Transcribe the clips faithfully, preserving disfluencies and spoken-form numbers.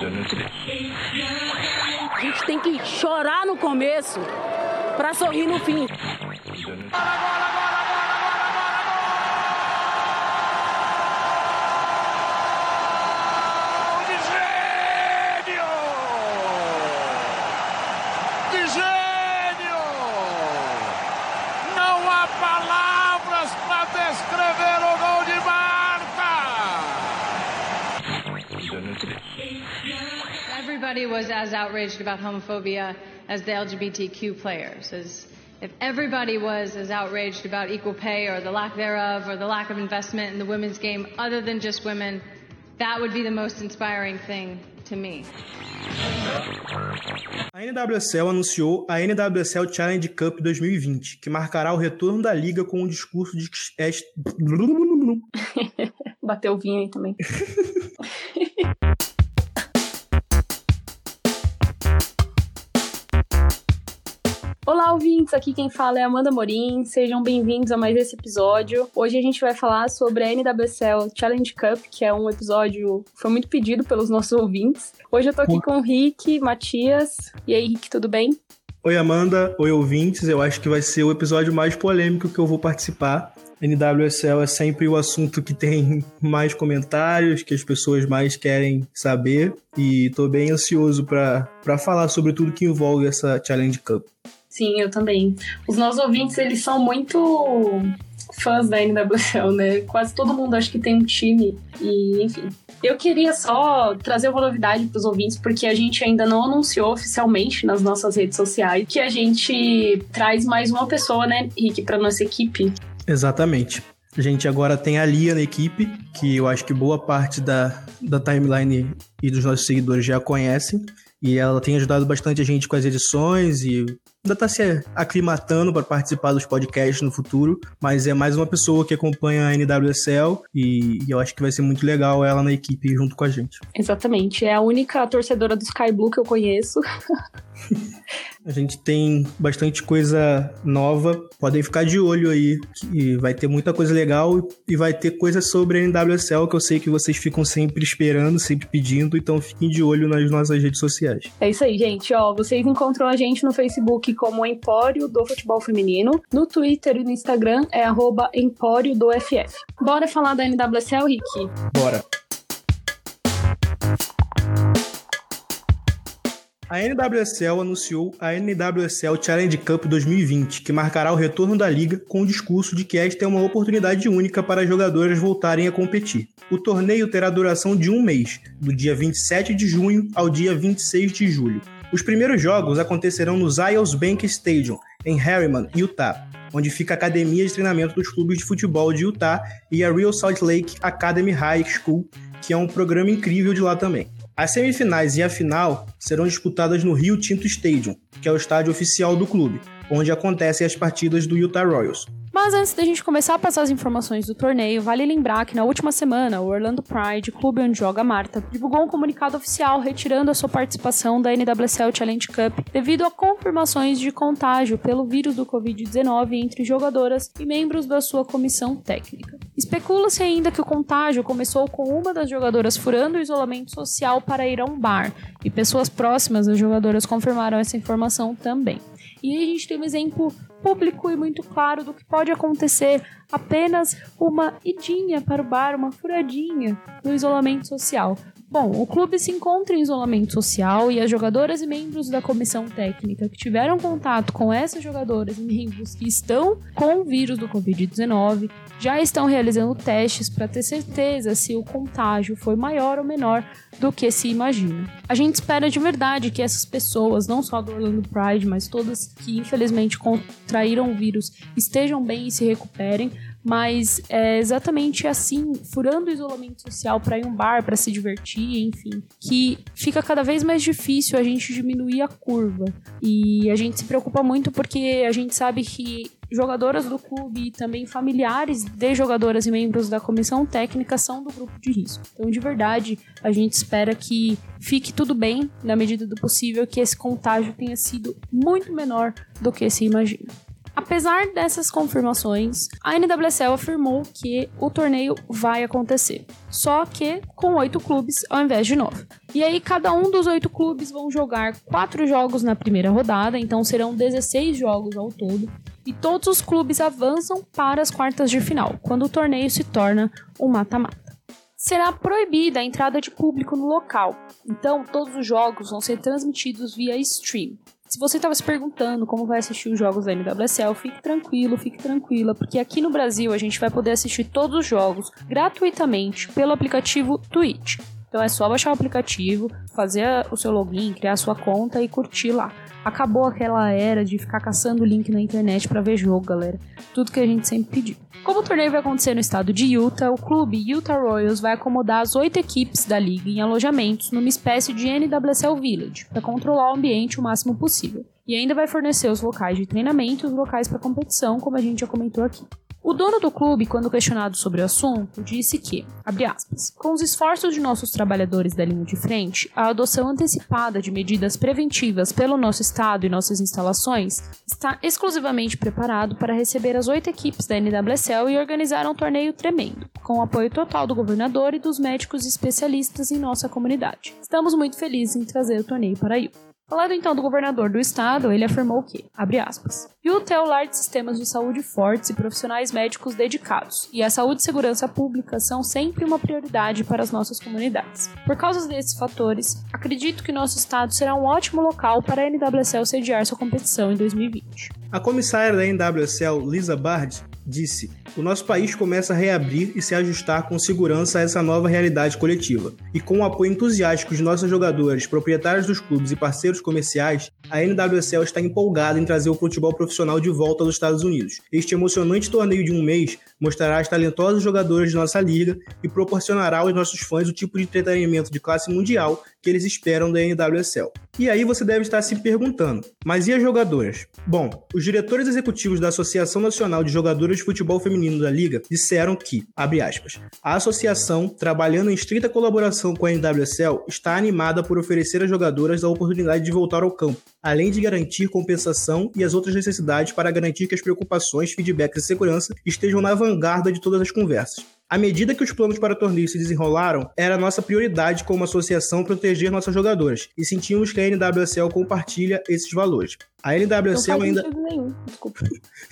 A gente tem que chorar no começo pra sorrir no fim. Everybody was as outraged about homophobia as the L G B T Q players. As if everybody was as outraged about equal pay or the lack thereof or the lack of investment in the women's game other than just women, that would be the most inspiring thing to me. A N W S L anunciou a N W S L Challenge Cup dois mil e vinte, que marcará o retorno da liga com um discurso de... Bateu o vinho aí também. Olá, ouvintes! Aqui quem fala é Amanda Morim. Sejam bem-vindos a mais esse episódio. Hoje a gente vai falar sobre a N W S L Challenge Cup, que é um episódio que foi muito pedido pelos nossos ouvintes. Hoje eu tô aqui com o Rick, Matias. E aí, Rick, tudo bem? Oi, Amanda. Oi, ouvintes. Eu acho que vai ser o episódio mais polêmico que eu vou participar. N W S L é sempre o assunto que tem mais comentários, que as pessoas mais querem saber. E tô bem ansioso pra, pra falar sobre tudo que envolve essa Challenge Cup. Sim, eu também. Os nossos ouvintes, eles são muito fãs da N W S L, né? Quase todo mundo acho que tem um time e, enfim. Eu queria só trazer uma novidade para os ouvintes, porque a gente ainda não anunciou oficialmente nas nossas redes sociais que a gente traz mais uma pessoa, né, Rick, para nossa equipe. Exatamente. A gente agora tem a Lia na equipe, que eu acho que boa parte da, da timeline e dos nossos seguidores já conhecem. E ela tem ajudado bastante a gente com as edições e ainda está se aclimatando para participar dos podcasts no futuro, mas é mais uma pessoa que acompanha a N W S L e, e eu acho que vai ser muito legal ela na equipe junto com a gente. Exatamente, é a única torcedora do Sky Blue que eu conheço. A gente tem bastante coisa nova, podem ficar de olho aí, que vai ter muita coisa legal e vai ter coisa sobre a N W S L que eu sei que vocês ficam sempre esperando, sempre pedindo, então fiquem de olho nas nossas redes sociais. É isso aí, gente, ó, vocês encontram a gente no Facebook como Empório do Futebol Feminino, no Twitter e no Instagram é arroba Empório do F F. Bora falar da N W S L, Rick? Bora! A N W S L anunciou a N W S L Challenge Cup dois mil e vinte, que marcará o retorno da liga com o discurso de que esta é uma oportunidade única para as jogadoras voltarem a competir. O torneio terá duração de um mês, do dia vinte e sete de junho ao dia vinte e seis de julho. Os primeiros jogos acontecerão no Zions Bank Stadium, em Harriman, Utah, onde fica a academia de treinamento dos clubes de futebol de Utah e a Real Salt Lake Academy High School, que é um programa incrível de lá também. As semifinais e a final serão disputadas no Rio Tinto Stadium, que é o estádio oficial do clube, onde acontecem as partidas do Utah Royals. Mas antes da gente começar a passar as informações do torneio, vale lembrar que na última semana o Orlando Pride, clube onde joga a Marta, divulgou um comunicado oficial retirando a sua participação da N W S L Challenge Cup devido a confirmações de contágio pelo vírus do covid dezenove entre jogadoras e membros da sua comissão técnica. Especula-se ainda que o contágio começou com uma das jogadoras furando o isolamento social para ir a um bar, e pessoas próximas das jogadoras confirmaram essa informação também. E aí a gente tem um exemplo público e muito claro do que pode acontecer, apenas uma idinha para o bar, uma furadinha no isolamento social. Bom, o clube se encontra em isolamento social e as jogadoras e membros da comissão técnica que tiveram contato com essas jogadoras e membros que estão com o vírus do covid dezenove já estão realizando testes para ter certeza se o contágio foi maior ou menor do que se imagina. A gente espera de verdade que essas pessoas, não só do Orlando Pride, mas todas que infelizmente contraíram o vírus, estejam bem e se recuperem, mas é exatamente assim, furando o isolamento social para ir a um bar, para se divertir, enfim, que fica cada vez mais difícil a gente diminuir a curva. E a gente se preocupa muito porque a gente sabe que jogadoras do clube e também familiares de jogadoras e membros da comissão técnica são do grupo de risco. Então, de verdade, a gente espera que fique tudo bem, na medida do possível, que esse contágio tenha sido muito menor do que se imagina. Apesar dessas confirmações, a N W S L afirmou que o torneio vai acontecer, só que com oito clubes ao invés de nove. E aí cada um dos oito clubes vão jogar quatro jogos na primeira rodada, então serão dezesseis jogos ao todo, e todos os clubes avançam para as quartas de final, quando o torneio se torna um mata-mata. Será proibida a entrada de público no local, então todos os jogos vão ser transmitidos via stream. Se você estava se perguntando como vai assistir os jogos da N W S L, fique tranquilo, fique tranquila, porque aqui no Brasil a gente vai poder assistir todos os jogos gratuitamente pelo aplicativo Twitch. Então é só baixar o aplicativo, fazer o seu login, criar a sua conta e curtir lá. Acabou aquela era de ficar caçando link na internet pra ver jogo, galera. Tudo que a gente sempre pediu. Como o torneio vai acontecer no estado de Utah, o clube Utah Royals vai acomodar as oito equipes da liga em alojamentos numa espécie de N W S L Village, para controlar o ambiente o máximo possível. E ainda vai fornecer os locais de treinamento e os locais para competição, como a gente já comentou aqui. O dono do clube, quando questionado sobre o assunto, disse que, abre aspas, com os esforços de nossos trabalhadores da linha de frente, a adoção antecipada de medidas preventivas pelo nosso estado e nossas instalações está exclusivamente preparado para receber as oito equipes da N W S L e organizar um torneio tremendo, com o apoio total do governador e dos médicos especialistas em nossa comunidade. Estamos muito felizes em trazer o torneio para Utah. Falando então do governador do estado, ele afirmou que, abre aspas, Utah é o lar de sistemas de saúde fortes e profissionais médicos dedicados, e a saúde e segurança pública são sempre uma prioridade para as nossas comunidades. Por causa desses fatores, acredito que nosso estado será um ótimo local para a N W S L sediar sua competição em dois mil e vinte. A comissária da N W S L, Lisa Bard, disse: o nosso país começa a reabrir e se ajustar com segurança a essa nova realidade coletiva. E com o apoio entusiástico de nossos jogadores, proprietários dos clubes e parceiros comerciais, a N W S L está empolgada em trazer o futebol profissional de volta aos Estados Unidos. Este emocionante torneio de um mês mostrará as talentosas jogadoras de nossa liga e proporcionará aos nossos fãs o tipo de entretenimento de classe mundial que eles esperam da N W S L. E aí você deve estar se perguntando, mas e as jogadoras? Bom, os diretores executivos da Associação Nacional de Jogadoras de Futebol Feminino da Liga disseram que, abre aspas, a associação, trabalhando em estreita colaboração com a N W S L, está animada por oferecer às jogadoras a oportunidade de voltar ao campo, além de garantir compensação e as outras necessidades para garantir que as preocupações, feedbacks e segurança estejam na vanguarda de todas as conversas. À medida que os planos para o torneio se desenrolaram, era nossa prioridade como associação proteger nossas jogadoras, e sentimos que a N W S L compartilha esses valores. A N W S L não faz ainda... sentido nenhum, desculpa.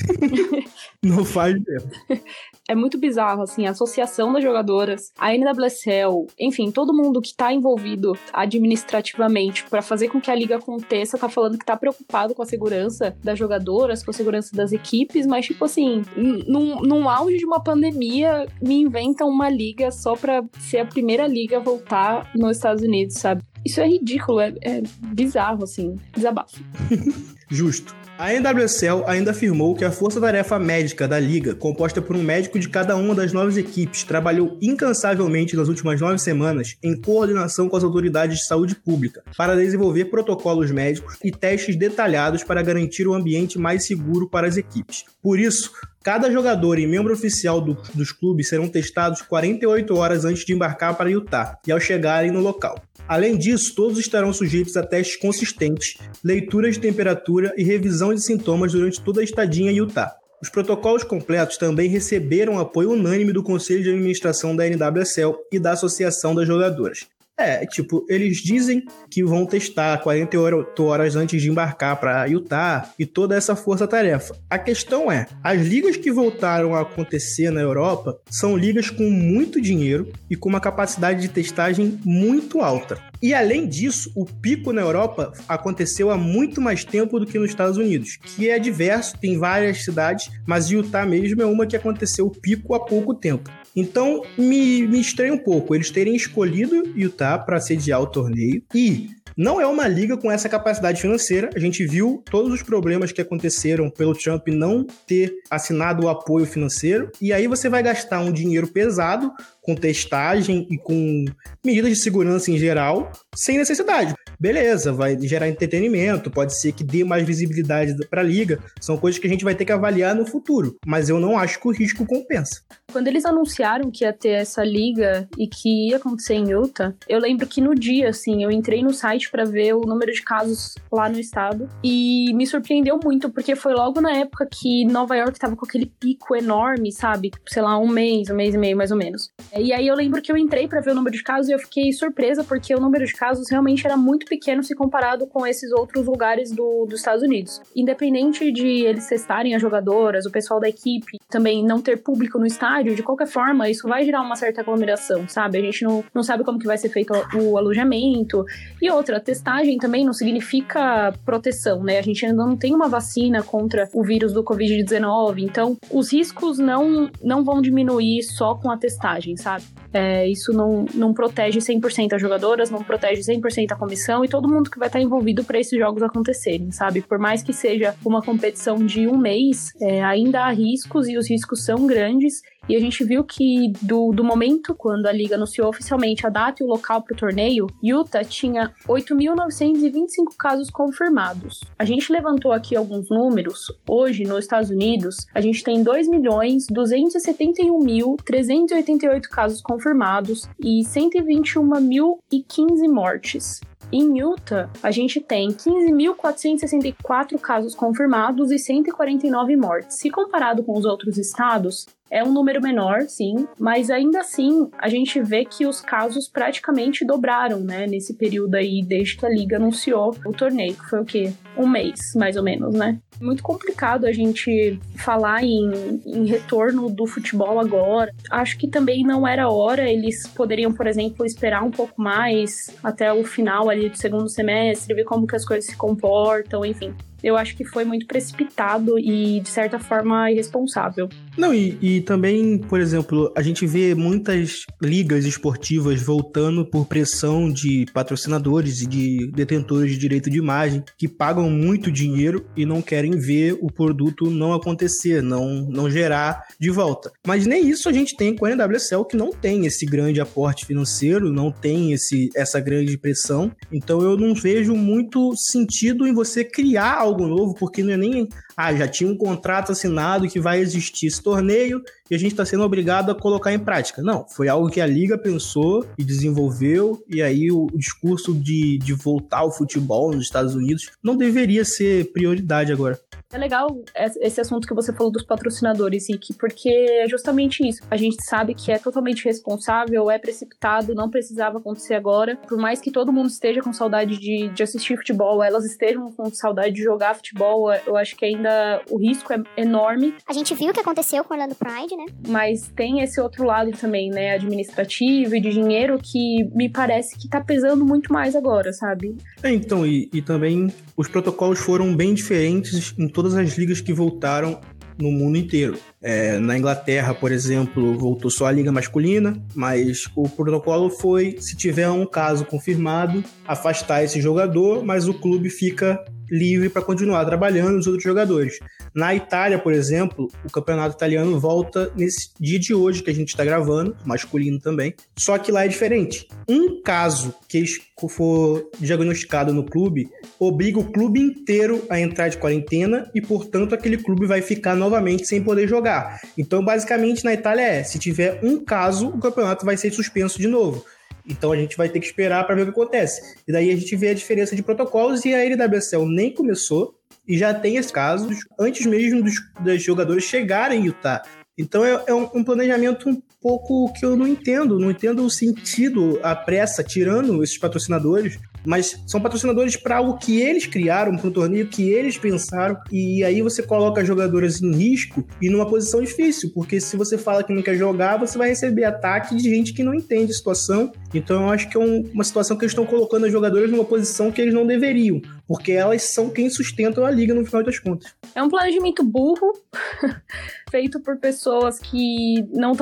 Não faz mesmo. É muito bizarro, assim, a associação das jogadoras, a N W S L, enfim, todo mundo que tá envolvido administrativamente para fazer com que a liga aconteça, tá falando que tá preocupado com a segurança das jogadoras, com a segurança das equipes, mas, tipo assim, num, num auge de uma pandemia, me inventam uma liga só pra ser a primeira liga a voltar nos Estados Unidos, sabe? Isso é ridículo, é, é bizarro, assim, desabafo. Justo. A N W S L ainda afirmou que a força-tarefa médica da liga, composta por um médico de cada uma das nove equipes, trabalhou incansavelmente nas últimas nove semanas em coordenação com as autoridades de saúde pública para desenvolver protocolos médicos e testes detalhados para garantir um ambiente mais seguro para as equipes. Por isso, cada jogador e membro oficial do, dos clubes serão testados quarenta e oito horas antes de embarcar para Utah e ao chegarem no local. Além disso, todos estarão sujeitos a testes consistentes, leituras de temperatura e revisão de sintomas durante toda a estadia em Utah. Os protocolos completos também receberam apoio unânime do Conselho de Administração da N W S L e da Associação das Jogadoras. É, tipo, eles dizem que vão testar quarenta e oito horas antes de embarcar para Utah e toda essa força-tarefa. A questão é, as ligas que voltaram a acontecer na Europa são ligas com muito dinheiro e com uma capacidade de testagem muito alta. E além disso, o pico na Europa aconteceu há muito mais tempo do que nos Estados Unidos, que é diverso, tem várias cidades, mas Utah mesmo é uma que aconteceu o pico há pouco tempo. Então, me, me estranha um pouco eles terem escolhido Utah para sediar o torneio e não é uma liga com essa capacidade financeira. A gente viu todos os problemas que aconteceram pelo Trump não ter assinado o apoio financeiro e aí você vai gastar um dinheiro pesado com testagem e com medidas de segurança em geral, sem necessidade. beleza, vai gerar entretenimento, pode ser que dê mais visibilidade para a liga, são coisas que a gente vai ter que avaliar no futuro, mas eu não acho que o risco compensa. Quando eles anunciaram que ia ter essa liga e que ia acontecer em Utah, eu lembro que no dia, assim, eu entrei no site para ver o número de casos lá no estado e me surpreendeu muito, porque foi logo na época que Nova York tava com aquele pico enorme, sabe? Sei lá, um mês, um mês e meio, mais ou menos. E aí eu lembro que eu entrei para ver o número de casos e eu fiquei surpresa, porque o número de casos realmente era muito pequeno se comparado com esses outros lugares do, dos Estados Unidos. Independente de eles testarem as jogadoras, o pessoal da equipe também não ter público no estádio, de qualquer forma, isso vai gerar uma certa aglomeração, sabe? A gente não, não sabe como que vai ser feito o alojamento. E outra, testagem também não significa proteção, né? A gente ainda não tem uma vacina contra o vírus do covid dezenove, então os riscos não, não vão diminuir só com a testagem, sabe? É, isso não, não protege cem por cento as jogadoras, não protege cem por cento a comissão e todo mundo que vai estar envolvido para esses jogos acontecerem, sabe? Por mais que seja uma competição de um mês, é, ainda há riscos e os riscos são grandes. E a gente viu que do, do momento quando a liga anunciou oficialmente a data e o local para o torneio, Utah tinha oito mil novecentos e vinte e cinco casos confirmados. A gente levantou aqui alguns números. Hoje, nos Estados Unidos, a gente tem dois milhões duzentos e setenta e um mil trezentos e oitenta e oito casos confirmados e cento e vinte e um mil e quinze mortes. Em Utah, a gente tem quinze mil quatrocentos e sessenta e quatro casos confirmados e cento e quarenta e nove mortes. Se comparado com os outros estados, é um número menor, sim, mas ainda assim a gente vê que os casos praticamente dobraram, né, nesse período aí, desde que a liga anunciou o torneio, que foi o quê? Um mês, mais ou menos, né? Muito complicado a gente falar em, em retorno do futebol agora. Acho que também não era hora, eles poderiam, por exemplo, esperar um pouco mais até o final ali do segundo semestre, ver como que as coisas se comportam, enfim. Eu acho que foi muito precipitado e, de certa forma, irresponsável. Não, e, e também, por exemplo, a gente vê muitas ligas esportivas voltando por pressão de patrocinadores e de detentores de direito de imagem que pagam muito dinheiro e não querem ver o produto não acontecer, não, não gerar de volta. Mas nem isso a gente tem com a N W S L, que não tem esse grande aporte financeiro, não tem esse, essa grande pressão. Então eu não vejo muito sentido em você criar algo algo novo, porque não é nem, ah, já tinha um contrato assinado que vai existir esse torneio e a gente está sendo obrigado a colocar em prática. Não, foi algo que a Liga pensou e desenvolveu, e aí o, o discurso de, de voltar ao futebol nos Estados Unidos não deveria ser prioridade agora. É legal esse assunto que você falou dos patrocinadores, Rick, porque é justamente isso. A gente sabe que é totalmente responsável, é precipitado, não precisava acontecer agora. Por mais que todo mundo esteja com saudade de, de assistir futebol, elas estejam com saudade de jogar futebol, eu acho que ainda o risco é enorme. A gente viu o que aconteceu com o Orlando Pride, né? Mas tem esse outro lado também, né, administrativo e de dinheiro, que me parece que tá pesando muito mais agora, sabe? É, então, e, e também os protocolos foram bem diferentes em todas as ligas que voltaram no mundo inteiro. É, na Inglaterra, por exemplo, voltou só a liga masculina, mas o protocolo foi, se tiver um caso confirmado, afastar esse jogador, mas o clube fica livre para continuar trabalhando os outros jogadores. Na Itália, por exemplo, o campeonato italiano volta nesse dia de hoje que a gente está gravando, masculino também, só que lá é diferente. Um caso que for diagnosticado no clube obriga o clube inteiro a entrar de quarentena e, portanto, aquele clube vai ficar novamente sem poder jogar. Então, basicamente, na Itália é, se tiver um caso, o campeonato vai ser suspenso de novo. Então a gente vai ter que esperar para ver o que acontece. E daí a gente vê a diferença de protocolos e a N W S L nem começou e já tem esses casos antes mesmo dos, dos jogadores chegarem em Utah. Então é, é um, um planejamento um pouco que eu não entendo, não entendo o sentido, a pressa, tirando esses patrocinadores, mas são patrocinadores para algo que eles criaram, para um torneio que eles pensaram, e aí você coloca jogadoras em risco e numa posição difícil, porque se você fala que não quer jogar, você vai receber ataque de gente que não entende a situação. Então eu acho que é um, uma situação que eles estão colocando as jogadoras numa posição que eles não deveriam, porque elas são quem sustentam a liga no final das contas. É um planejamento burro, feito por pessoas que não estão pensando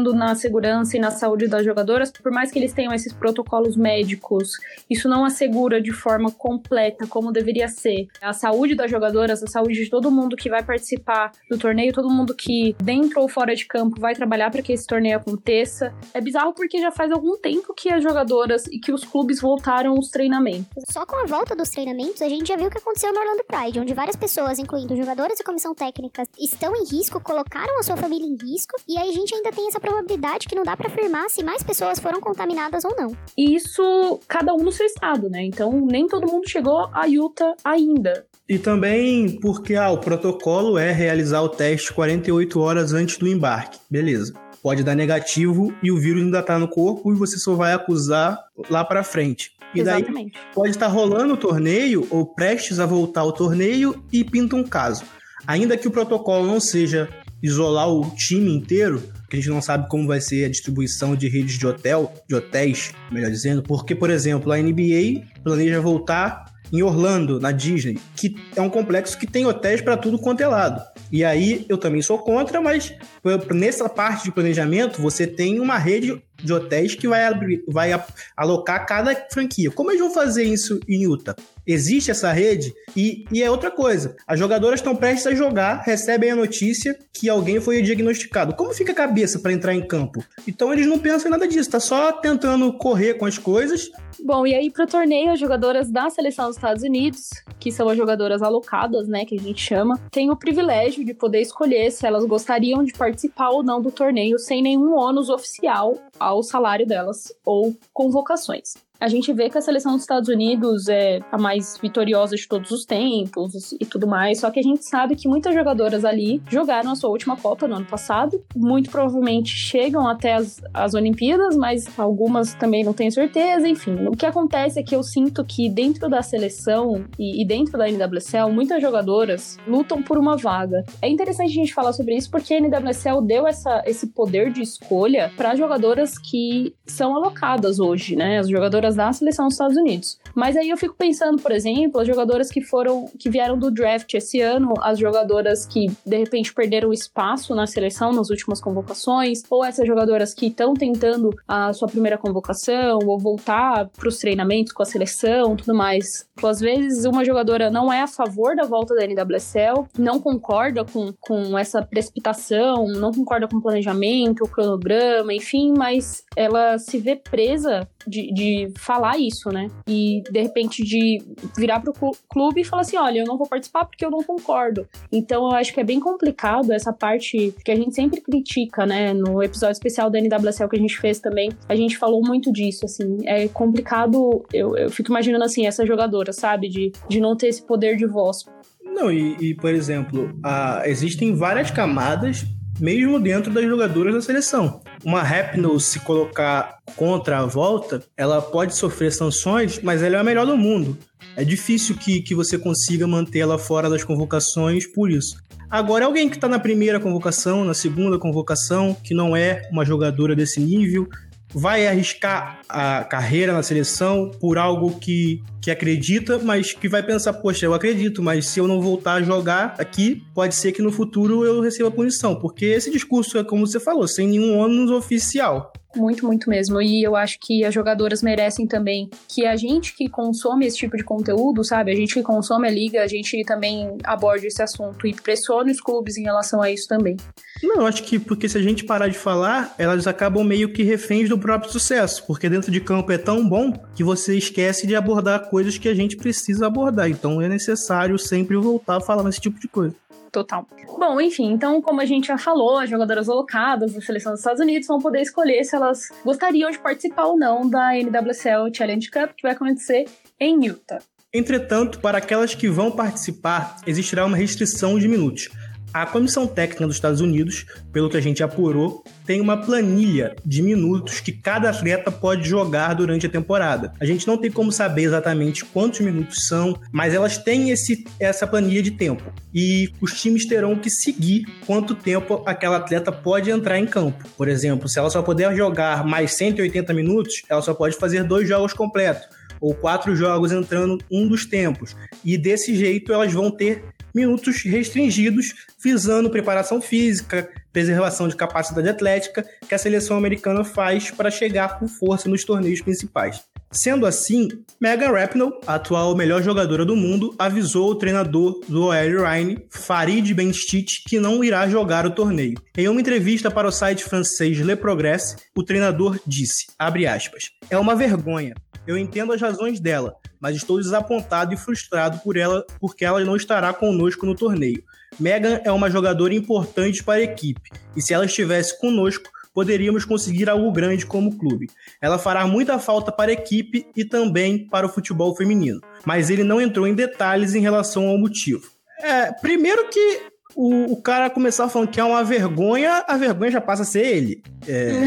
pensando na segurança e na saúde das jogadoras, por mais que eles tenham esses protocolos médicos, isso não assegura de forma completa como deveria ser a saúde das jogadoras, a saúde de todo mundo que vai participar do torneio, todo mundo que dentro ou fora de campo vai trabalhar para que esse torneio aconteça. É bizarro porque já faz algum tempo que as jogadoras e que os clubes voltaram os treinamentos. Só com a volta dos treinamentos, a gente já viu o que aconteceu no Orlando Pride, onde várias pessoas, incluindo jogadores e comissão técnica, estão em risco, colocaram a sua família em risco, e aí a gente ainda tem essa probabilidade que não dá pra afirmar se mais pessoas foram contaminadas ou não. E isso, cada um no seu estado, né? Então, nem todo mundo chegou a Utah ainda. E também porque ah, o protocolo é realizar o teste quarenta e oito horas antes do embarque. Beleza. Pode dar negativo e o vírus ainda tá no corpo e você só vai acusar lá pra frente. E daí Exatamente. Pode estar rolando o torneio ou prestes a voltar ao torneio e pinta um caso. Ainda que o protocolo não seja isolar o time inteiro, que a gente não sabe como vai ser a distribuição de redes de hotel, de hotéis, melhor dizendo, porque, por exemplo, a N B A planeja voltar em Orlando, na Disney, que é um complexo que tem hotéis para tudo quanto é lado. E aí eu também sou contra, mas nessa parte de planejamento você tem uma rede de hotéis que vai, abrir, vai alocar cada franquia. Como eles vão fazer isso em Utah? Existe essa rede e, e é outra coisa. As jogadoras estão prestes a jogar, recebem a notícia que alguém foi diagnosticado. Como fica a cabeça para entrar em campo? Então eles não pensam em nada disso, tá só tentando correr com as coisas. Bom, e aí pro torneio, as jogadoras da seleção dos Estados Unidos, que são as jogadoras alocadas, né, que a gente chama, têm o privilégio de poder escolher se elas gostariam de participar ou não do torneio sem nenhum ônus oficial ao salário delas ou convocações. A gente vê que a seleção dos Estados Unidos é a mais vitoriosa de todos os tempos e tudo mais, só que a gente sabe que muitas jogadoras ali jogaram a sua última Copa no ano passado, muito provavelmente chegam até as, as Olimpíadas, mas algumas também não tenho certeza, enfim. O que acontece é que eu sinto que dentro da seleção e, e dentro da N W S L, muitas jogadoras lutam por uma vaga. É interessante a gente falar sobre isso porque a N W S L deu essa, esse poder de escolha para jogadoras que são alocadas hoje, né? As jogadoras da seleção dos Estados Unidos. Mas aí eu fico pensando, por exemplo, as jogadoras que foram, que vieram do draft esse ano, as jogadoras que de repente perderam espaço na seleção nas últimas convocações, ou essas jogadoras que estão tentando a sua primeira convocação, ou voltar para os treinamentos com a seleção, tudo mais. Às vezes uma jogadora não é a favor da volta da N W S L, não concorda com, com essa precipitação, não concorda com o planejamento, o cronograma, enfim, mas ela se vê presa de, de falar isso, né? E, de repente, de virar pro clube e falar assim, olha, eu não vou participar porque eu não concordo. Então, eu acho que é bem complicado essa parte que a gente sempre critica, né? No episódio especial da N W S L que a gente fez também, a gente falou muito disso, assim. É complicado, eu, eu fico imaginando, assim, essa jogadora, sabe? De, de não ter esse poder de voz. Não, e, e por exemplo, a, existem várias camadas mesmo dentro das jogadoras da seleção. Uma Rapinoe, se colocar contra a volta, ela pode sofrer sanções, mas ela é a melhor do mundo. É difícil que, que você consiga mantê-la fora das convocações por isso. Agora, alguém que está na primeira convocação, na segunda convocação, que não é uma jogadora desse nível, vai arriscar a carreira na seleção por algo que, que acredita, mas que vai pensar, poxa, eu acredito, mas se eu não voltar a jogar aqui, pode ser que no futuro eu receba punição, porque esse discurso é como você falou, sem nenhum ônus oficial. Muito, muito mesmo. E eu acho que as jogadoras merecem também que a gente que consome esse tipo de conteúdo, sabe? A gente que consome a liga, a gente também aborde esse assunto e pressione os clubes em relação a isso também. Não, eu acho que porque se a gente parar de falar, elas acabam meio que reféns do próprio sucesso, porque dentro de campo é tão bom que você esquece de abordar coisas que a gente precisa abordar. Então é necessário sempre voltar a falar nesse tipo de coisa. Total. Bom, enfim, então, como a gente já falou, as jogadoras alocadas da seleção dos Estados Unidos vão poder escolher se elas gostariam de participar ou não da N W S L Challenge Cup, que vai acontecer em Utah. Entretanto, para aquelas que vão participar, existirá uma restrição de minutos. A Comissão Técnica dos Estados Unidos, pelo que a gente apurou, tem uma planilha de minutos que cada atleta pode jogar durante a temporada. A gente não tem como saber exatamente quantos minutos são, mas elas têm esse, essa planilha de tempo. E os times terão que seguir quanto tempo aquela atleta pode entrar em campo. Por exemplo, se ela só puder jogar mais cento e oitenta minutos, ela só pode fazer dois jogos completos, ou quatro jogos entrando um dos tempos. E desse jeito elas vão ter minutos restringidos, visando preparação física, preservação de capacidade atlética que a seleção americana faz para chegar com força nos torneios principais. Sendo assim, Megan Rapinoe, a atual melhor jogadora do mundo, avisou o treinador do O L Reign, Farid Benstiti, que não irá jogar o torneio. Em uma entrevista para o site francês Le Progrès, o treinador disse, abre aspas, é uma vergonha. Eu entendo as razões dela, mas estou desapontado e frustrado por ela porque ela não estará conosco no torneio. Megan é uma jogadora importante para a equipe, e se ela estivesse conosco, poderíamos conseguir algo grande como clube. Ela fará muita falta para a equipe e também para o futebol feminino. Mas ele não entrou em detalhes em relação ao motivo. É, primeiro que o, o cara começar falando que é uma vergonha, a vergonha já passa a ser ele. É,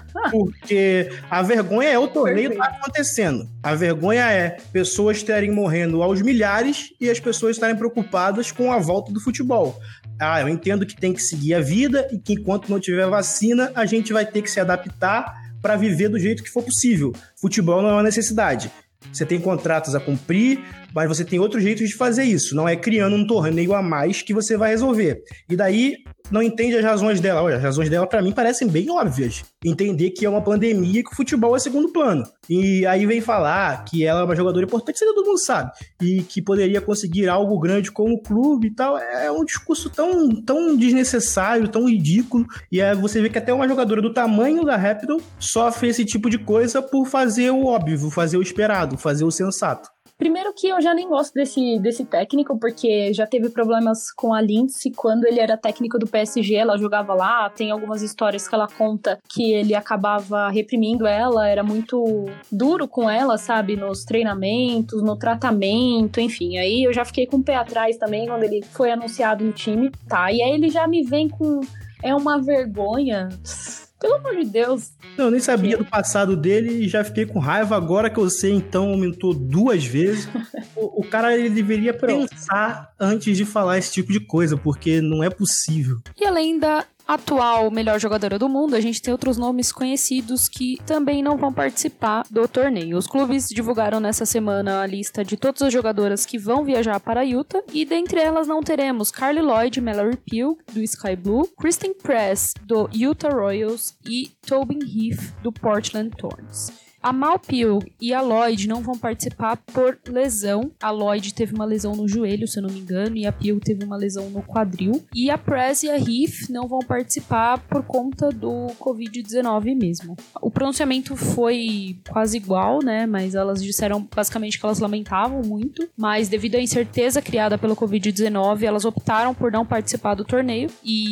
porque a vergonha é o torneio que está acontecendo. A vergonha é pessoas estarem morrendo aos milhares e as pessoas estarem preocupadas com a volta do futebol. Ah, eu entendo que tem que seguir a vida e que enquanto não tiver vacina, a gente vai ter que se adaptar para viver do jeito que for possível. Futebol não é uma necessidade. Você tem contratos a cumprir, mas você tem outros jeitos de fazer isso. Não é criando um torneio a mais que você vai resolver. E daí, não entende as razões dela. Olha, as razões dela, pra mim, parecem bem óbvias. Entender que é uma pandemia e que o futebol é segundo plano. E aí vem falar que ela é uma jogadora importante, isso todo mundo sabe. E que poderia conseguir algo grande como clube e tal. É um discurso tão, tão desnecessário, tão ridículo. E aí você vê que até uma jogadora do tamanho da Rapinoe sofre esse tipo de coisa por fazer o óbvio, fazer o esperado, fazer o sensato. Primeiro que eu já nem gosto desse, desse técnico, porque já teve problemas com a Lindsay quando ele era técnico do P S G, ela jogava lá, tem algumas histórias que ela conta que ele acabava reprimindo ela, era muito duro com ela, sabe, nos treinamentos, no tratamento, enfim, aí eu já fiquei com o pé atrás também quando ele foi anunciado no time, tá, e aí ele já me vem com, é uma vergonha... Pelo amor de Deus. Eu nem sabia do passado dele e já fiquei com raiva. Agora que eu sei, então, aumentou duas vezes. o, o cara, ele deveria pensar antes de falar esse tipo de coisa, porque não é possível. E além da atual melhor jogadora do mundo, a gente tem outros nomes conhecidos que também não vão participar do torneio. Os clubes divulgaram nessa semana a lista de todas as jogadoras que vão viajar para Utah, e dentre elas não teremos Carly Lloyd, Mallory Pugh, do Sky Blue, Kristen Press, do Utah Royals, e Tobin Heath, do Portland Thorns. A Mal Pugh e a Lloyd não vão participar por lesão. A Lloyd teve uma lesão no joelho, se eu não me engano, e a Pugh teve uma lesão no quadril. E a Press e a Heath não vão participar por conta do covid dezenove mesmo. O pronunciamento foi quase igual, né? Mas elas disseram basicamente que elas lamentavam muito. Mas devido à incerteza criada pelo covid dezenove, elas optaram por não participar do torneio.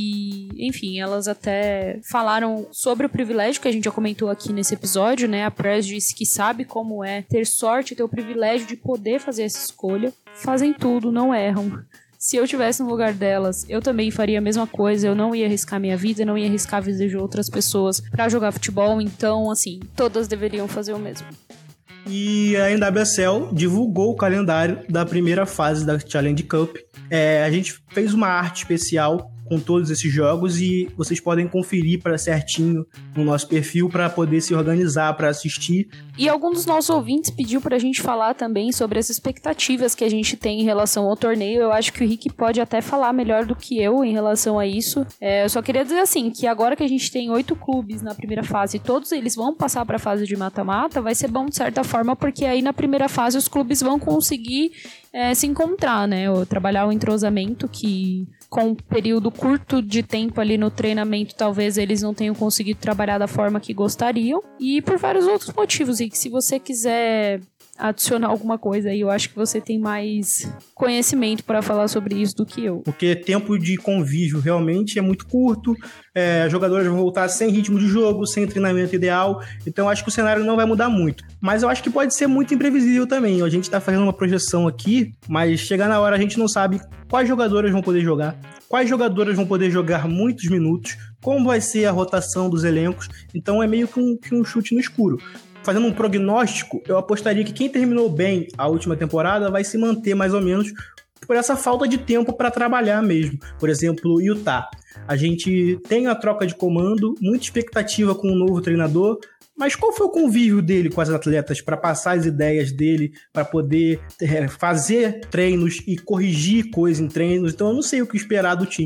E, enfim, elas até falaram sobre o privilégio que a gente já comentou aqui nesse episódio, né? A Press disse que sabe como é ter sorte, ter o privilégio de poder fazer essa escolha. Fazem tudo, não erram. Se eu estivesse no lugar delas, eu também faria a mesma coisa. Eu não ia arriscar minha vida, não ia arriscar a vida de outras pessoas pra jogar futebol. Então, assim, todas deveriam fazer o mesmo. E a N W S L divulgou o calendário da primeira fase da Challenge Cup. É, a gente fez uma arte especial com todos esses jogos e vocês podem conferir para certinho no nosso perfil para poder se organizar para assistir. E algum dos nossos ouvintes pediu para a gente falar também sobre as expectativas que a gente tem em relação ao torneio. Eu acho que o Rick pode até falar melhor do que eu em relação a isso. É, eu só queria dizer assim, que agora que a gente tem oito clubes na primeira fase e todos eles vão passar para a fase de mata-mata, vai ser bom de certa forma, porque aí na primeira fase os clubes vão conseguir é, se encontrar, né? Ou trabalhar o entrosamento que... com um período curto de tempo ali no treinamento, talvez eles não tenham conseguido trabalhar da forma que gostariam. E por vários outros motivos. E que se você quiser adicionar alguma coisa aí, eu acho que você tem mais conhecimento para falar sobre isso do que eu. Porque tempo de convívio realmente é muito curto, é, jogadores vão voltar sem ritmo de jogo, sem treinamento ideal, então eu acho que o cenário não vai mudar muito. Mas eu acho que pode ser muito imprevisível também. A gente está fazendo uma projeção aqui, mas chegar na hora a gente não sabe quais jogadoras vão poder jogar, quais jogadoras vão poder jogar muitos minutos, como vai ser a rotação dos elencos, então é meio que um, que um chute no escuro. Fazendo um prognóstico, eu apostaria que quem terminou bem a última temporada vai se manter mais ou menos por essa falta de tempo para trabalhar mesmo. Por exemplo, Utah. A gente tem a troca de comando, muita expectativa com o novo treinador, mas qual foi o convívio dele com as atletas para passar as ideias dele, para poder é, fazer treinos e corrigir coisas em treinos? Então eu não sei o que esperar do time.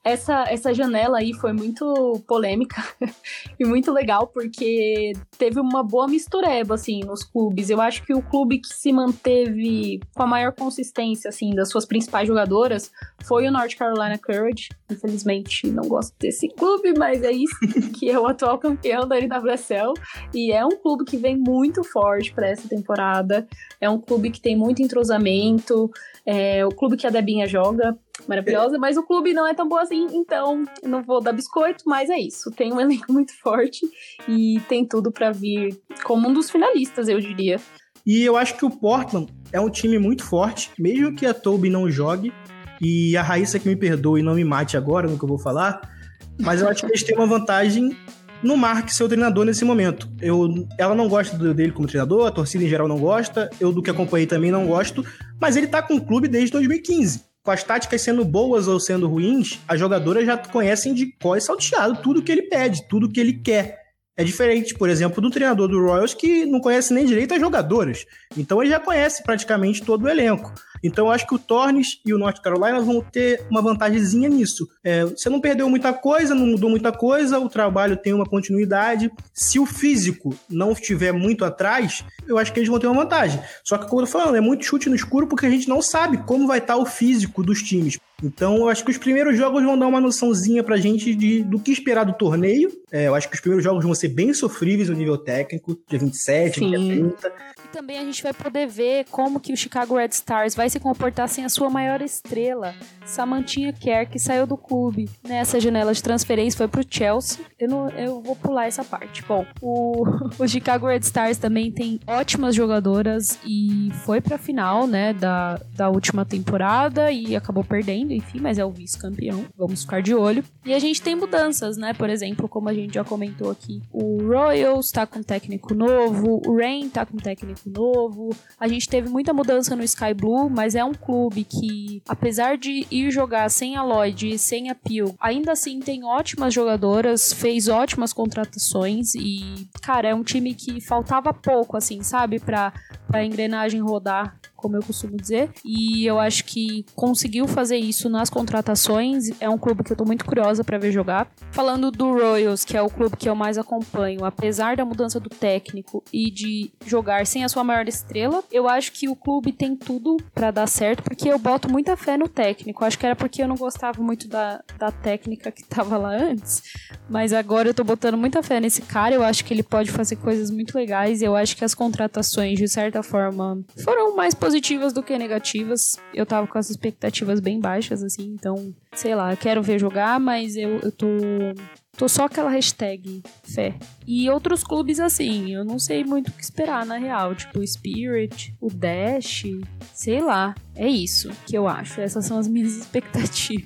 Essa, essa janela aí foi muito polêmica e muito legal, porque teve uma boa mistureba, assim, nos clubes. Eu acho que o clube que se manteve com a maior consistência, assim, das suas principais jogadoras foi o North Carolina Courage. Infelizmente, não gosto desse clube, mas é isso, que é o atual campeão da N W S L. E é um clube que vem muito forte para essa temporada. É um clube que tem muito entrosamento. É o clube que a Debinha joga, maravilhosa, mas o clube não é tão bom assim, então não vou dar biscoito, mas é isso. Tem um elenco muito forte e tem tudo para vir como um dos finalistas, eu diria. E eu acho que o Portland é um time muito forte, mesmo que a Toby não jogue, e a Raíssa que me perdoe e não me mate agora no que eu vou falar, mas eu acho que eles têm uma vantagem no Mark, seu treinador, nesse momento. Eu, ela não gosta do, dele como treinador, a torcida em geral não gosta, eu do que acompanhei também não gosto, mas ele tá com o clube desde dois mil e quinze. Com as táticas sendo boas ou sendo ruins, as jogadoras já conhecem de cor e salteado tudo que ele pede, tudo que ele quer. É diferente, por exemplo, do treinador do Royals, que não conhece nem direito as jogadoras. Então ele já conhece praticamente todo o elenco. Então eu acho que o Thorns e o North Carolina vão ter uma vantagemzinha nisso. É, você não perdeu muita coisa, não mudou muita coisa, o trabalho tem uma continuidade. Se o físico não estiver muito atrás, eu acho que eles vão ter uma vantagem. Só que, como eu tô falando, é muito chute no escuro porque a gente não sabe como vai estar o físico dos times. Então eu acho que os primeiros jogos vão dar uma noçãozinha pra gente de, do que esperar do torneio. É, eu acho que os primeiros jogos vão ser bem sofríveis no nível técnico, dia vinte e sete, Sim. dia trinta. E também a gente vai poder ver como que o Chicago Red Stars vai se comportar sem a sua maior estrela, Samantinha Kerr, que saiu do clube nessa janela de transferência, foi pro Chelsea. Eu, não, eu vou pular essa parte. Bom, o, o Chicago Red Stars também tem ótimas jogadoras e foi pra final, né, da, da última temporada e acabou perdendo, enfim, mas é o vice-campeão. Vamos ficar de olho. E a gente tem mudanças, né, por exemplo, como a gente já comentou aqui, o Royals tá com técnico novo, o Reign tá com técnico novo, a gente teve muita mudança no Sky Blue, mas é um clube que, apesar de ir jogar sem a Lloyd e sem a Peel, ainda assim tem ótimas jogadoras, fez ótimas contratações e, cara, é um time que faltava pouco, assim, sabe, pra, pra engrenagem rodar, como eu costumo dizer, e eu acho que conseguiu fazer isso nas contratações. É um clube que eu tô muito curiosa pra ver jogar. Falando do Royals, que é o clube que eu mais acompanho, apesar da mudança do técnico e de jogar sem a sua maior estrela, eu acho que o clube tem tudo pra dar certo, porque eu boto muita fé no técnico. Acho que era porque eu não gostava muito da, da técnica que tava lá antes, mas agora eu tô botando muita fé nesse cara. Eu acho que ele pode fazer coisas muito legais. Eu acho que as contratações, de certa forma, foram mais positivas positivas do que negativas. Eu tava com as expectativas bem baixas, assim, então, sei lá, eu quero ver jogar, mas eu, eu tô... Tô só aquela hashtag fé. E outros clubes, assim, eu não sei muito o que esperar, na real. Tipo, o Spirit, o Dash, sei lá. É isso que eu acho. Essas são as minhas expectativas.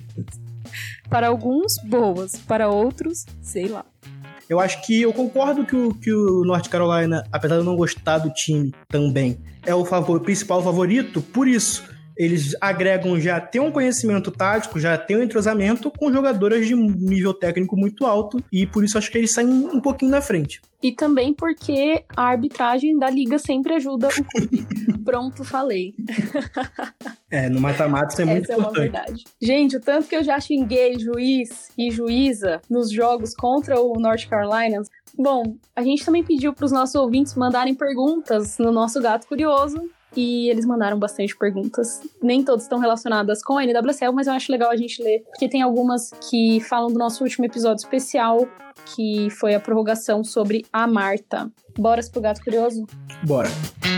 Para alguns, boas. Para outros, sei lá. Eu acho que eu concordo que o, que o North Carolina, apesar de eu não gostar do time também, é o favor, principal favorito, por isso. Eles agregam, já tem um conhecimento tático, já tem um entrosamento com jogadoras de nível técnico muito alto e por isso acho que eles saem um pouquinho na frente. E também porque a arbitragem da liga sempre ajuda o clube. Pronto, falei. É, no mata-mata isso é muito Essa importante. É uma verdade. Gente, o tanto que eu já xinguei juiz e juíza nos jogos contra o North Carolina. Bom, a gente também pediu para os nossos ouvintes mandarem perguntas no nosso Gato Curioso. E eles mandaram bastante perguntas. Nem todas estão relacionadas com a N W S L, mas eu acho legal a gente ler, porque tem algumas que falam do nosso último episódio especial, que foi a prorrogação sobre a Marta. Bora pro Gato Curioso? Bora.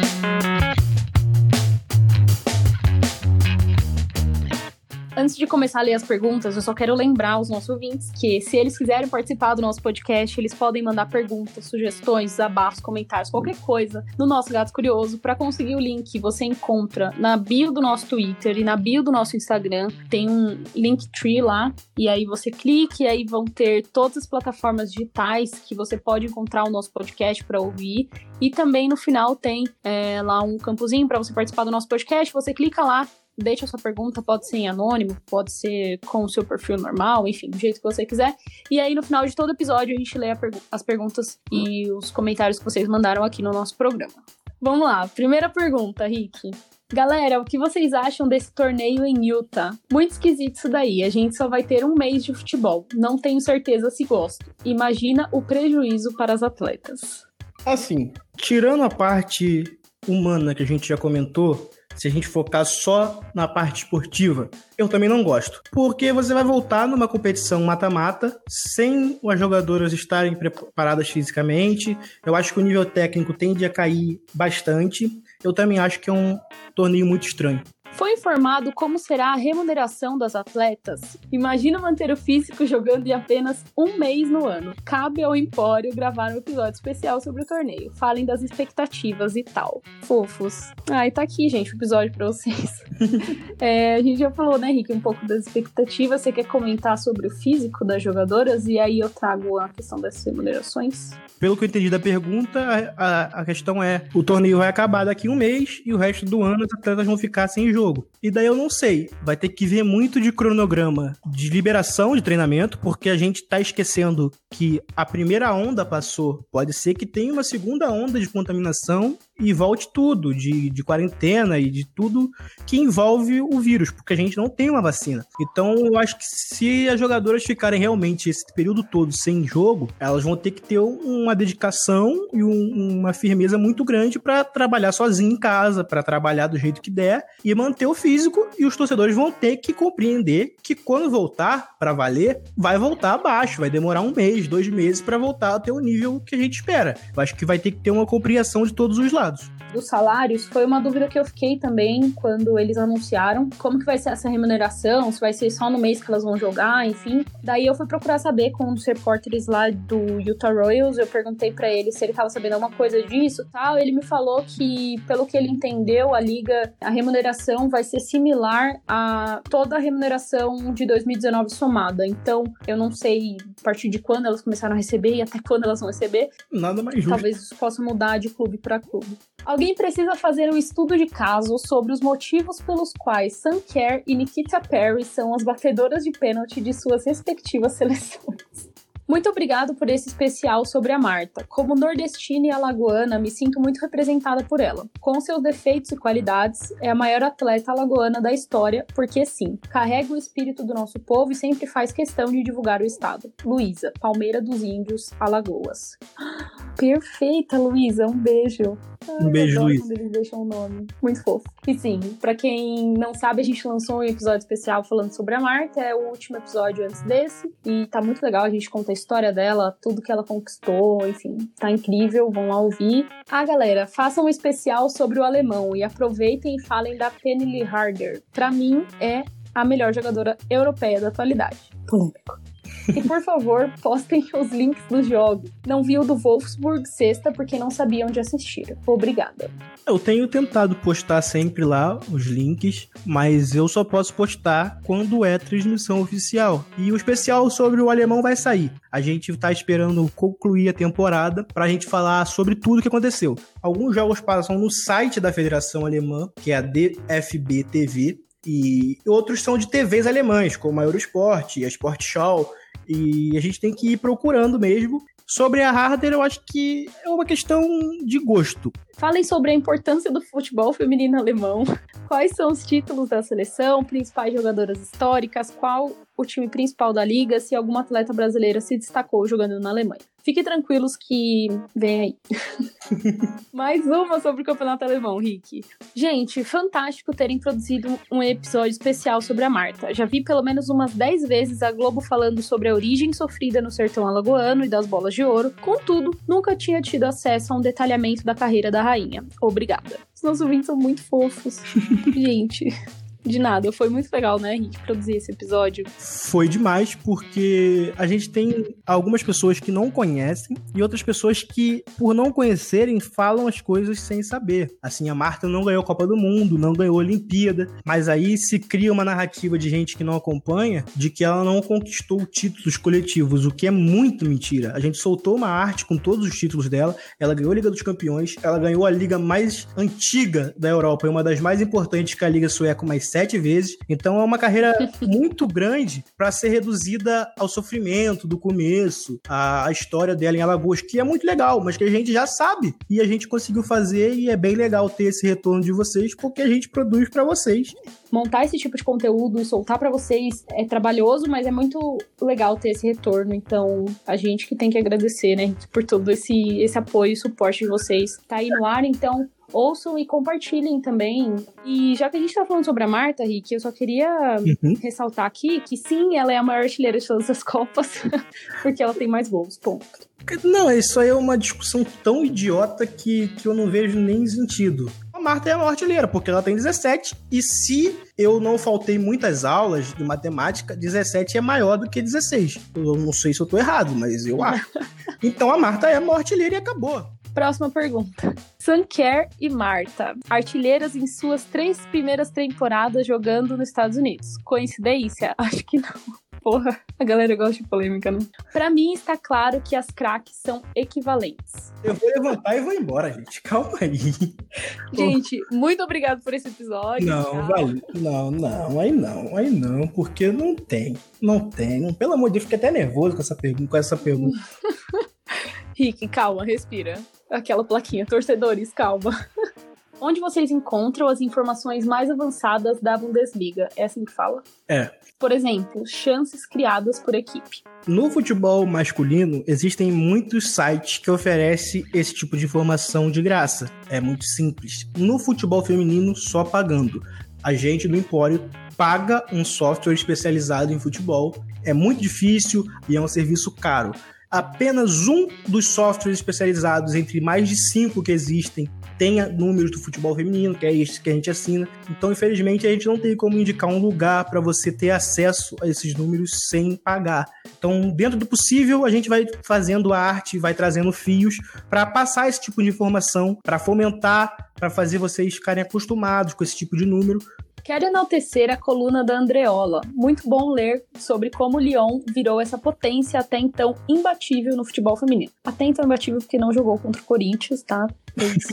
Antes de começar a ler as perguntas, eu só quero lembrar os nossos ouvintes que, se eles quiserem participar do nosso podcast, eles podem mandar perguntas, sugestões, desabafos, comentários, qualquer coisa no nosso Gato Curioso. Para conseguir o link, você encontra na bio do nosso Twitter e na bio do nosso Instagram. Tem um Linktree lá, e aí você clica e aí vão ter todas as plataformas digitais que você pode encontrar o nosso podcast para ouvir. E também no final tem é, lá um campozinho para você participar do nosso podcast. Você clica lá, deixa a sua pergunta, pode ser em anônimo, pode ser com o seu perfil normal, enfim, do jeito que você quiser. E aí, no final de todo episódio, a gente lê a pergu- as perguntas e os comentários que vocês mandaram aqui no nosso programa. Vamos lá, primeira pergunta, Rick. Galera, o que vocês acham desse torneio em Utah? Muito esquisito isso daí. A gente só vai ter um mês de futebol. Não tenho certeza se gosto. Imagina o prejuízo para as atletas. Assim, tirando a parte humana que a gente já comentou, se a gente focar só na parte esportiva, eu também não gosto. Porque você vai voltar numa competição mata-mata, sem as jogadoras estarem preparadas fisicamente. Eu acho que o nível técnico tende a cair bastante. Eu também acho que é um torneio muito estranho. Foi informado como será a remuneração das atletas? Imagina manter o físico jogando em apenas um mês no ano. Cabe ao Empório gravar um episódio especial sobre o torneio. Falem das expectativas e tal. Fofos. Ai, tá aqui, gente, o episódio pra vocês. é, a gente já falou, né, Rick, um pouco das expectativas. Você quer comentar sobre o físico das jogadoras? E aí eu trago a questão das remunerações. Pelo que eu entendi da pergunta, a, a, a questão é, o torneio vai acabar daqui a um mês e o resto do ano as atletas vão ficar sem jogo. E daí eu não sei, vai ter que ver muito de cronograma de liberação de treinamento, porque a gente tá esquecendo que a primeira onda passou, pode ser que tenha uma segunda onda de contaminação e volte tudo, de, de quarentena e de tudo que envolve o vírus, porque a gente não tem uma vacina. Então eu acho que se as jogadoras ficarem realmente esse período todo sem jogo, elas vão ter que ter uma dedicação e um, uma firmeza muito grande para trabalhar sozinha em casa, para trabalhar do jeito que der e manter o físico, e os torcedores vão ter que compreender que quando voltar para valer, vai voltar abaixo, vai demorar um mês, dois meses para voltar até o nível que a gente espera. Eu acho que vai ter que ter uma compreensão de todos os lados. Dos salários, foi uma dúvida que eu fiquei também quando eles anunciaram como que vai ser essa remuneração, se vai ser só no mês que elas vão jogar, enfim. Daí eu fui procurar saber com um dos repórteres lá do Utah Royals, eu perguntei pra ele se ele tava sabendo alguma coisa disso e tal, ele me falou que, pelo que ele entendeu, a liga, a remuneração vai ser similar a toda a remuneração de dois mil e dezenove somada, então eu não sei a partir de quando elas começaram a receber e até quando elas vão receber. Nada mais justo. Talvez isso possa mudar de clube pra clube. Alguém precisa fazer um estudo de caso sobre os motivos pelos quais Sam Kerr e Nikita Perry são as batedoras de pênalti de suas respectivas seleções. Muito obrigado por esse especial sobre a Marta. Como nordestina e alagoana, me sinto muito representada por ela. Com seus defeitos e qualidades, é a maior atleta alagoana da história, porque sim, carrega o espírito do nosso povo e sempre faz questão de divulgar o estado. Luísa, Palmeira dos Índios, Alagoas. Perfeita, Luísa, um beijo. Ai, um beijo, Luísa. Quando eles deixam o nome. Muito fofo. E sim, pra quem não sabe, a gente lançou um episódio especial falando sobre a Marta, é o último episódio antes desse, e tá muito legal, a gente conta a história dela, tudo que ela conquistou, enfim, tá incrível, vão lá ouvir. Ah, galera, façam um especial sobre o alemão e aproveitem e falem da Pernille Harder. Pra mim, é a melhor jogadora europeia da atualidade. Polêmico. E, por favor, postem os links dos jogos. Não vi o do Wolfsburg sexta porque não sabia onde assistir. Obrigada. Eu tenho tentado postar sempre lá os links, mas eu só posso postar quando é transmissão oficial. E o especial sobre o alemão vai sair. A gente tá esperando concluir a temporada pra gente falar sobre tudo que aconteceu. Alguns jogos passam no site da Federação Alemã, que é a D F B T V, e outros são de T Vs alemães, como a Eurosport, a Sportschau, e a gente tem que ir procurando mesmo. Sobre a Harder, eu acho que é uma questão de gosto. Falem sobre a importância do futebol feminino alemão. Quais são os títulos da seleção, principais jogadoras históricas, qual o time principal da liga, se alguma atleta brasileira se destacou jogando na Alemanha. Fiquem tranquilos que vem aí. Mais uma sobre o campeonato alemão, Rick. Gente, fantástico terem produzido um episódio especial sobre a Marta. Já vi pelo menos umas dez vezes a Globo falando sobre a origem sofrida no sertão alagoano e das bolas de ouro. Contudo, nunca tinha tido acesso a um detalhamento da carreira da rainha. Obrigada. Os nossos ouvintes são muito fofos. Gente... De nada, foi muito legal, né, Rick, produzir esse episódio. Foi demais, porque a gente tem algumas pessoas que não conhecem e outras pessoas que, por não conhecerem, falam as coisas sem saber. Assim, a Marta não ganhou a Copa do Mundo, não ganhou a Olimpíada, mas aí se cria uma narrativa de gente que não acompanha, de que ela não conquistou títulos coletivos, o que é muito mentira. A gente soltou uma arte com todos os títulos dela, ela ganhou a Liga dos Campeões, ela ganhou a liga mais antiga da Europa e uma das mais importantes, que é a Liga Sueco mais sete vezes. Então é uma carreira muito grande para ser reduzida ao sofrimento do começo, a, a história dela em Alagoas, que é muito legal, mas que a gente já sabe. E a gente conseguiu fazer e é bem legal ter esse retorno de vocês, porque a gente produz para vocês. Montar esse tipo de conteúdo e soltar pra vocês é trabalhoso, mas é muito legal ter esse retorno. Então, a gente que tem que agradecer, né, por todo esse, esse apoio e suporte de vocês. Tá aí no ar, então ouçam e compartilhem também. E já que a gente tá falando sobre a Marta, Rick, eu só queria uhum. ressaltar aqui que sim, ela é a maior artilheira de todas as Copas, porque ela tem mais gols, ponto. Não, isso aí é uma discussão tão idiota que, que eu não vejo nem sentido. A Marta é a maior artilheira, porque ela tem dezessete, e se eu não faltei muitas aulas de matemática, dezessete é maior do que dezesseis. Eu não sei se eu tô errado, mas eu acho. Então a Marta é a maior artilheira e acabou. Próxima pergunta. Sun Kerr e Marta, artilheiras em suas três primeiras temporadas jogando nos Estados Unidos. Coincidência? Acho que não. Porra, a galera gosta de polêmica, né? Pra mim, está claro que as craques são equivalentes. Eu vou levantar e vou embora, gente. Calma aí. Gente, muito obrigado por esse episódio. Não, vale. Não, não, aí não, aí não, porque não tem. Não tem. Não, pelo amor de Deus, fiquei até nervoso com essa pergunta. Com essa pergunta. Rick, calma, respira. Aquela plaquinha, torcedores, calma. Onde vocês encontram as informações mais avançadas da Bundesliga? É assim que fala? É. Por exemplo, chances criadas por equipe. No futebol masculino, existem muitos sites que oferecem esse tipo de informação de graça. É muito simples. No futebol feminino, só pagando. A gente do Empório paga um software especializado em futebol. É muito difícil e é um serviço caro. Apenas um dos softwares especializados entre mais de cinco que existem tem números do futebol feminino, que é esse que a gente assina. Então, infelizmente, a gente não tem como indicar um lugar para você ter acesso a esses números sem pagar. Então, dentro do possível, a gente vai fazendo arte, vai trazendo fios para passar esse tipo de informação, para fomentar, para fazer vocês ficarem acostumados com esse tipo de número. Quero enaltecer a coluna da Andreola. Muito bom ler sobre como o Lyon virou essa potência até então imbatível no futebol feminino. Até então imbatível porque não jogou contra o Corinthians, tá? É isso.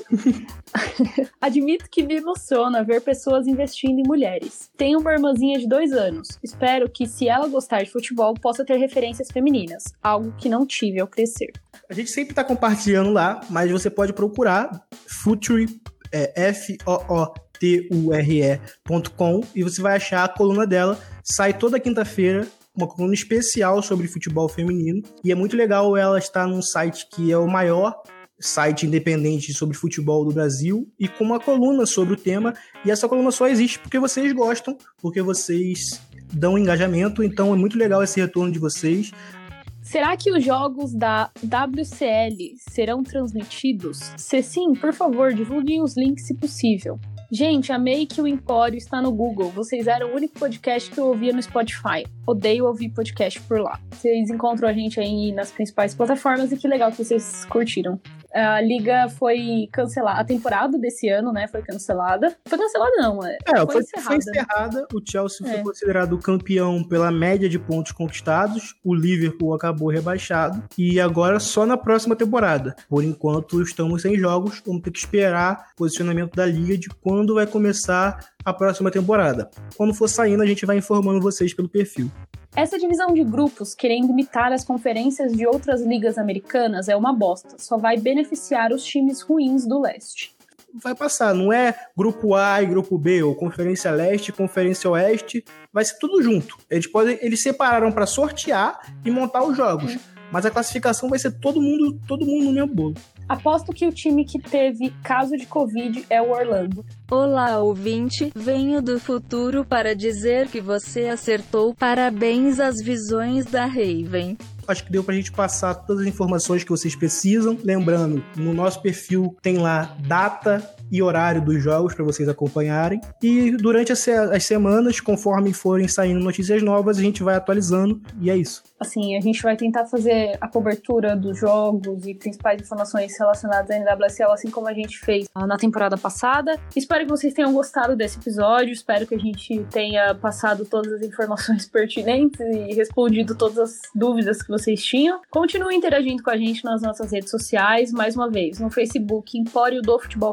Admito que me emociona ver pessoas investindo em mulheres. Tenho uma irmãzinha de dois anos. Espero que, se ela gostar de futebol, possa ter referências femininas. Algo que não tive ao crescer. A gente sempre tá compartilhando lá, mas você pode procurar Future, é, F O O T U R E ponto com, e você vai achar a coluna dela. Sai toda quinta-feira, uma coluna especial sobre futebol feminino, e é muito legal ela estar num site que é o maior site independente sobre futebol do Brasil, e com uma coluna sobre o tema, e essa coluna só existe porque vocês gostam, porque vocês dão engajamento, então é muito legal esse retorno de vocês. Será que os jogos da W C L serão transmitidos? Se sim, por favor, divulguem os links se possível. Gente, amei que o Empório está no Google. Vocês eram o único podcast que eu ouvia no Spotify. Odeio ouvir podcast por lá. Vocês encontram a gente aí nas principais plataformas e que legal que vocês curtiram. A liga foi cancelada, a temporada desse ano, né, foi cancelada. Foi cancelada não, é, é foi, foi encerrada. Foi encerrada, o Chelsea é. foi considerado campeão pela média de pontos conquistados, o Liverpool acabou rebaixado, e agora só na próxima temporada. Por enquanto estamos sem jogos, vamos ter que esperar o posicionamento da liga de quando vai começar a próxima temporada. Quando for saindo, a gente vai informando vocês pelo perfil. Essa divisão de grupos, querendo imitar as conferências de outras ligas americanas, é uma bosta. Só vai beneficiar os times ruins do leste. Vai passar, não é grupo A e grupo B, ou Conferência Leste e Conferência Oeste, vai ser tudo junto. Eles, podem, eles separaram para sortear e montar os jogos, hum. mas a classificação vai ser todo mundo, todo mundo no mesmo bolo. Aposto que o time que teve caso de Covid é o Orlando. Olá, ouvinte. Venho do futuro para dizer que você acertou. Parabéns às visões da Raven. Acho que deu pra gente passar todas as informações que vocês precisam. Lembrando, no nosso perfil tem lá data e horário dos jogos para vocês acompanharem. E durante as, as semanas, conforme forem saindo notícias novas, a gente vai atualizando e é isso. Assim, a gente vai tentar fazer a cobertura dos jogos e principais informações relacionadas à N W S L, assim como a gente fez na temporada passada. Espero que vocês tenham gostado desse episódio, espero que a gente tenha passado todas as informações pertinentes e respondido todas as dúvidas que vocês tinham. Continuem interagindo com a gente nas nossas redes sociais, mais uma vez, no Facebook Empório do Futebol Feminino,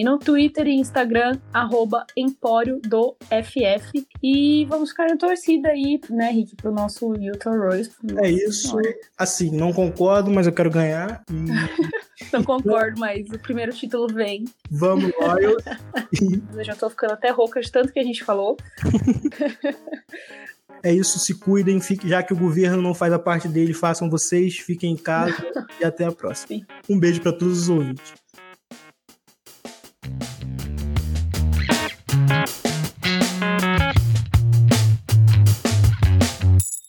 feminino. Twitter e Instagram, arroba Empório do F F. E vamos ficar na torcida aí, né, Rick, pro nosso Utah Royals. É isso. Assim, não concordo, mas eu quero ganhar. E... não concordo, mas o primeiro título vem. Vamos, Royals. Eu já tô ficando até rouca de tanto que a gente falou. É isso, se cuidem, fique, já que o governo não faz a parte dele, façam vocês, fiquem em casa e até a próxima. Um beijo para todos os ouvintes.